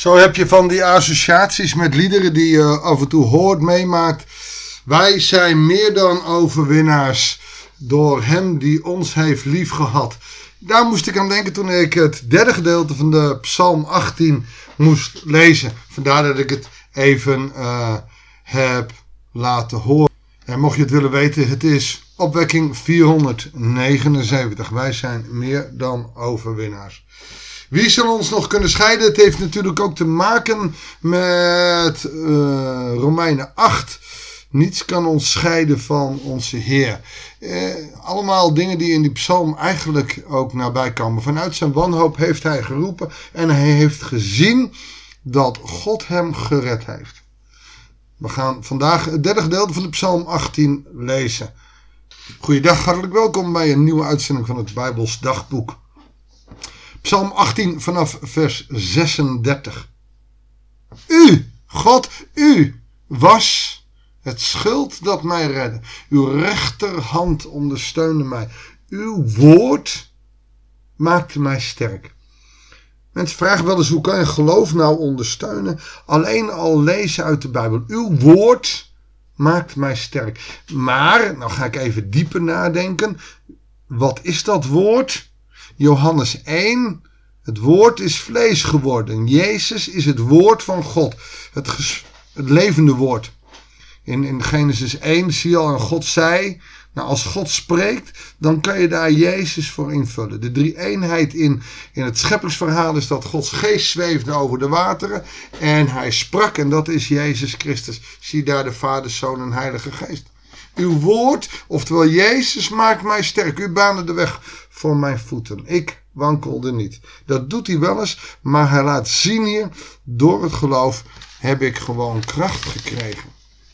Zo heb je van die associaties met liederen die je af en toe hoort, meemaakt. Wij zijn meer dan overwinnaars door hem die ons heeft liefgehad. Daar moest ik aan denken toen ik het derde gedeelte van de Psalm 18 moest lezen. Vandaar dat ik het even heb laten horen. En mocht je het willen weten, het is opwekking 479. Wij zijn meer dan overwinnaars. Wie zal ons nog kunnen scheiden? Het heeft natuurlijk ook te maken met Romeinen 8. Niets kan ons scheiden van onze Heer. Allemaal dingen die in die psalm eigenlijk ook nabij komen. Vanuit zijn wanhoop heeft hij geroepen en hij heeft gezien dat God hem gered heeft. We gaan vandaag het derde gedeelte van de psalm 18 lezen. Goeiedag, hartelijk welkom bij een nieuwe uitzending van het Bijbels Dagboek. Psalm 18 vanaf vers 36. U, God, u was het schild dat mij redde. Uw rechterhand ondersteunde mij. Uw woord maakte mij sterk. Mensen vragen wel eens, hoe kan je geloof nou ondersteunen? Alleen al lezen uit de Bijbel. Uw woord maakt mij sterk. Maar, nou ga ik even dieper nadenken. Wat is dat woord? Johannes 1. Het woord is vlees geworden. Jezus is het woord van God. Het levende woord. In Genesis 1 zie je al, en God zei, nou als God spreekt, dan kan je daar Jezus voor invullen. De drie-eenheid in het scheppingsverhaal is dat Gods geest zweefde over de wateren en hij sprak en dat is Jezus Christus. Zie daar de Vader, Zoon en Heilige Geest. Uw woord, oftewel Jezus, maakt mij sterk. U baande de weg voor mijn voeten. Ik wankelde niet. Dat doet hij wel eens, maar hij laat zien hier, door het geloof heb ik gewoon kracht gekregen.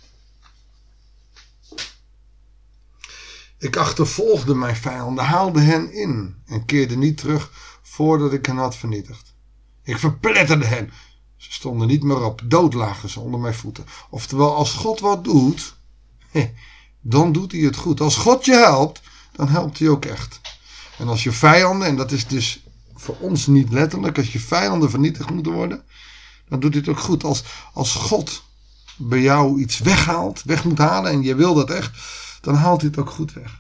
Ik achtervolgde mijn vijanden, haalde hen in en keerde niet terug voordat ik hen had vernietigd. Ik verpletterde hen. Ze stonden niet meer op, dood lagen ze onder mijn voeten. Oftewel, als God wat doet, dan doet hij het goed. Als God je helpt, dan helpt hij ook echt. En als je vijanden, en dat is dus voor ons niet letterlijk, als je vijanden vernietigd moeten worden, dan doet hij het ook goed. Als God bij jou iets weghaalt, weg moet halen en je wil dat echt, dan haalt hij het ook goed weg.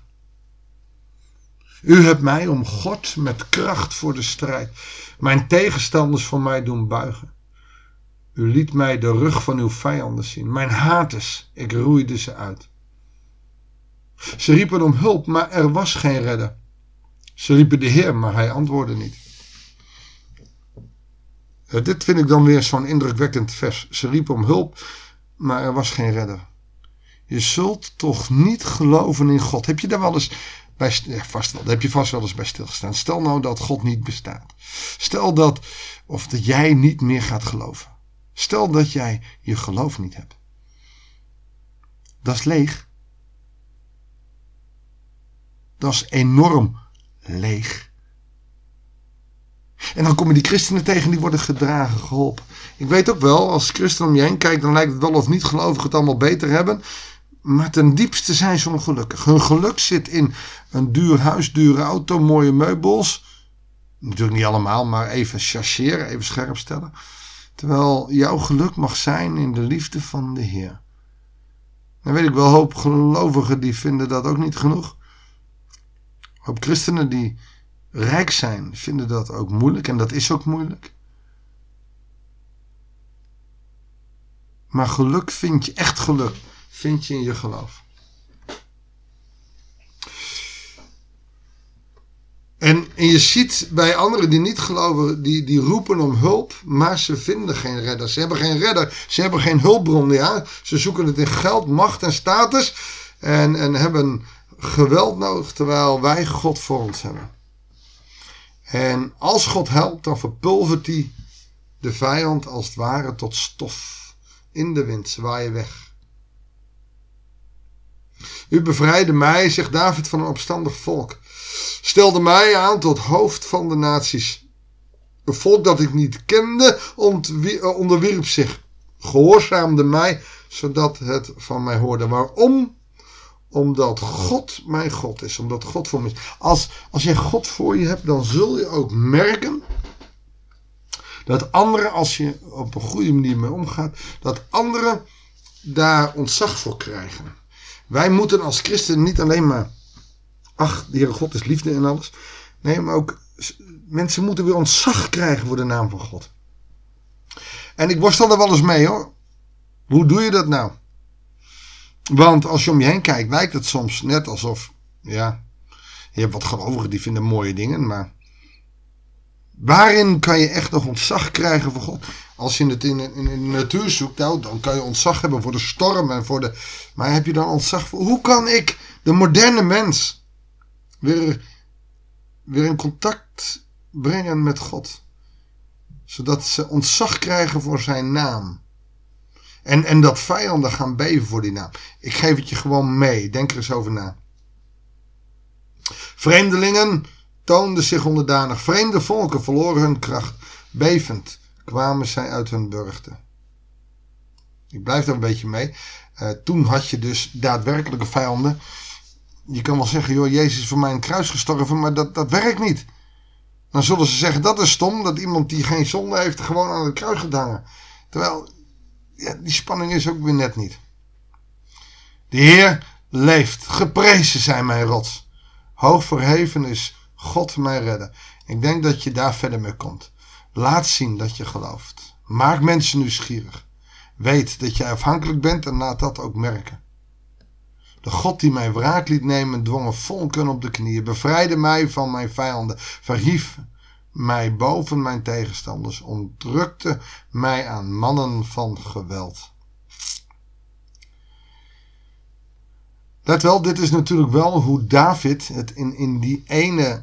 U hebt mij omgord met kracht voor de strijd. Mijn tegenstanders voor mij doen buigen. U liet mij de rug van uw vijanden zien. Mijn haters, ik roeide ze uit. Ze riepen om hulp, maar er was geen redder. Ze riepen de Heer, maar hij antwoordde niet. Dit vind ik dan weer zo'n indrukwekkend vers. Ze riepen om hulp, maar er was geen redder. Je zult toch niet geloven in God. Heb je daar wel eens bij vast wel? Daar heb je vast wel eens bij stilgestaan. Stel nou dat God niet bestaat. Stel dat jij niet meer gaat geloven. Stel dat jij je geloof niet hebt. Dat is leeg. Dat is enorm leeg. En dan kom je die christenen tegen, die worden gedragen, geholpen. Ik weet ook wel, als christen om je heen kijkt, dan lijkt het wel of niet-gelovigen het allemaal beter hebben. Maar ten diepste zijn ze ongelukkig. Hun geluk zit in een duur huis, dure auto, mooie meubels. Natuurlijk niet allemaal, maar even chargeren, even scherp stellen. Terwijl jouw geluk mag zijn in de liefde van de Heer. Dan weet ik wel, hoop gelovigen die vinden dat ook niet genoeg. Hoop christenen die rijk zijn, vinden dat ook moeilijk. En dat is ook moeilijk. Maar geluk vind je, echt geluk, vind je in je geloof. En je ziet bij anderen die niet geloven, die roepen om hulp, maar ze vinden geen redder. Ze hebben geen redder, ze hebben geen hulpbron. Ja? Ze zoeken het in geld, macht en status en hebben geweld nodig, terwijl wij God voor ons hebben. En als God helpt, dan verpulvert hij de vijand als het ware tot stof. In de wind zwaaien weg. U bevrijdde mij, zegt David, van een opstandig volk. Stelde mij aan tot hoofd van de naties. Een volk dat ik niet kende, onderwierp zich. Gehoorzaamde mij, zodat het van mij hoorde. Waarom? Omdat God mijn God is. Omdat God voor me is. Als jij God voor je hebt, dan zul je ook merken Dat anderen, als je op een goede manier mee omgaat, dat anderen daar ontzag voor krijgen. Wij moeten als christenen niet alleen maar, ach, de Heere God is liefde en alles. Nee, maar ook mensen moeten weer ontzag krijgen voor de naam van God. En ik worstel er wel eens mee hoor. Hoe doe je dat nou? Want als je om je heen kijkt, lijkt het soms net alsof, ja, je hebt wat gelovigen die vinden mooie dingen, maar waarin kan je echt nog ontzag krijgen voor God? Als je het in de natuur zoekt, nou, dan kan je ontzag hebben voor de storm en voor de... Maar heb je dan ontzag voor... Hoe kan ik de moderne mens weer in contact brengen met God? Zodat ze ontzag krijgen voor zijn naam. En dat vijanden gaan beven voor die naam. Ik geef het je gewoon mee. Denk er eens over na. Vreemdelingen toonden zich onderdanig. Vreemde volken verloren hun kracht. Bevend kwamen zij uit hun burchten. Ik blijf daar een beetje mee. Toen had je dus daadwerkelijke vijanden. Je kan wel zeggen, joh, Jezus is voor mij een kruis gestorven, maar dat werkt niet. Dan zullen ze zeggen, dat is stom, dat iemand die geen zonde heeft gewoon aan het kruis gaat hangen. Terwijl, ja, die spanning is ook weer net niet. De Heer leeft, geprezen zijn mijn rots. Hoog verheven is God mijn redder. Ik denk dat je daar verder mee komt. Laat zien dat je gelooft. Maak mensen nieuwsgierig. Weet dat jij afhankelijk bent en laat dat ook merken. De God die mij wraak liet nemen, dwong volken op de knieën, bevrijdde mij van mijn vijanden, verhief mij boven mijn tegenstanders, ontdrukte mij aan mannen van geweld. Let wel, dit is natuurlijk wel hoe David het in die ene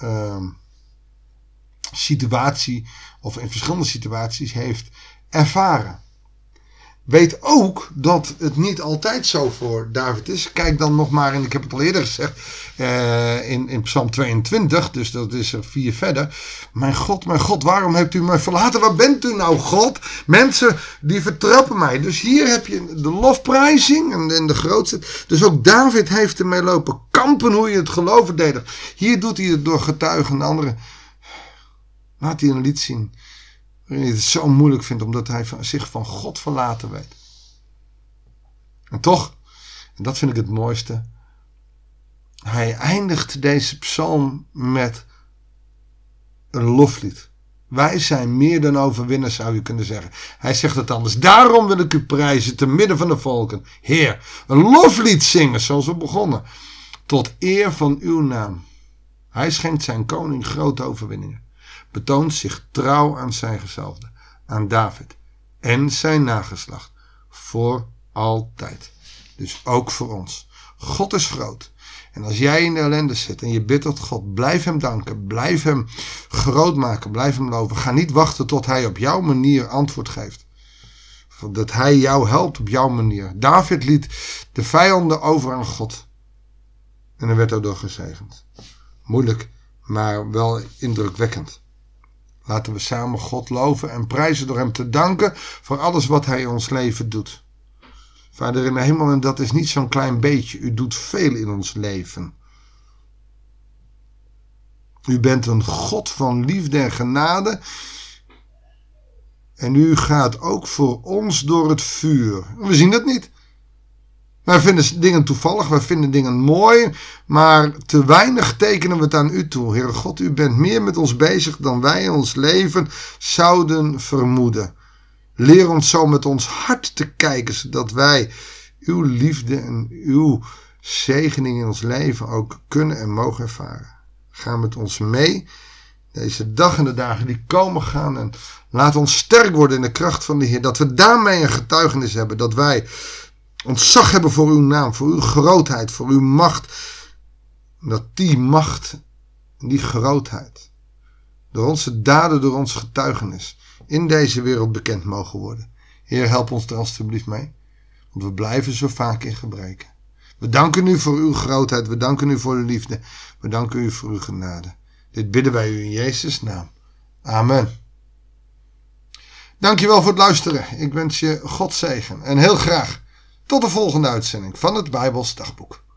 situatie, of in verschillende situaties, heeft ervaren. Weet ook dat het niet altijd zo voor David is. Kijk dan nog maar, en ik heb het al eerder gezegd, in Psalm 22, dus dat is er 4 verder. Mijn God, waarom hebt u mij verlaten? Waar bent u nou, God? Mensen die vertrappen mij. Dus hier heb je de lofprijzing en de grootste. Dus ook David heeft ermee lopen kampen hoe je het geloof verdedigt. Hier doet hij het door getuigen. De andere laat hij een lied zien waarin hij het zo moeilijk vindt omdat hij zich van God verlaten weet. En toch, en dat vind ik het mooiste, hij eindigt deze psalm met een loflied. Wij zijn meer dan overwinnaars, zou je kunnen zeggen. Hij zegt het anders. Daarom wil ik u prijzen te midden van de volken. Heer, een loflied zingen, zoals we begonnen, tot eer van uw naam. Hij schenkt zijn koning grote overwinningen. Betoont zich trouw aan zijn gezalfde, aan David en zijn nageslacht, voor altijd. Dus ook voor ons. God is groot. En als jij in de ellende zit en je bidt tot God, blijf hem danken, blijf hem groot maken, blijf hem loven. Ga niet wachten tot hij op jouw manier antwoord geeft. Dat hij jou helpt op jouw manier. David liet de vijanden over aan God. En hij werd daardoor gezegend. Moeilijk, maar wel indrukwekkend. Laten we samen God loven en prijzen door hem te danken voor alles wat hij in ons leven doet. Vader in de hemel, en dat is niet zo'n klein beetje. U doet veel in ons leven. U bent een God van liefde en genade. En u gaat ook voor ons door het vuur. We zien dat niet. Wij vinden dingen toevallig, wij vinden dingen mooi, maar te weinig tekenen we het aan u toe. Heere God, u bent meer met ons bezig dan wij in ons leven zouden vermoeden. Leer ons zo met ons hart te kijken, zodat wij uw liefde en uw zegening in ons leven ook kunnen en mogen ervaren. Ga met ons mee, deze dag en de dagen die komen gaan, en laat ons sterk worden in de kracht van de Heer, dat we daarmee een getuigenis hebben, dat wij ontzag hebben voor uw naam, voor uw grootheid, voor uw macht. Dat die macht, die grootheid, door onze daden, door ons getuigenis, in deze wereld bekend mogen worden. Heer, help ons er alstublieft mee, want we blijven zo vaak in gebreken. We danken u voor uw grootheid, we danken u voor uw liefde, we danken u voor uw genade. Dit bidden wij u in Jezus' naam. Amen. Dankjewel voor het luisteren. Ik wens je God zegen en heel graag tot de volgende uitzending van het Bijbels Dagboek.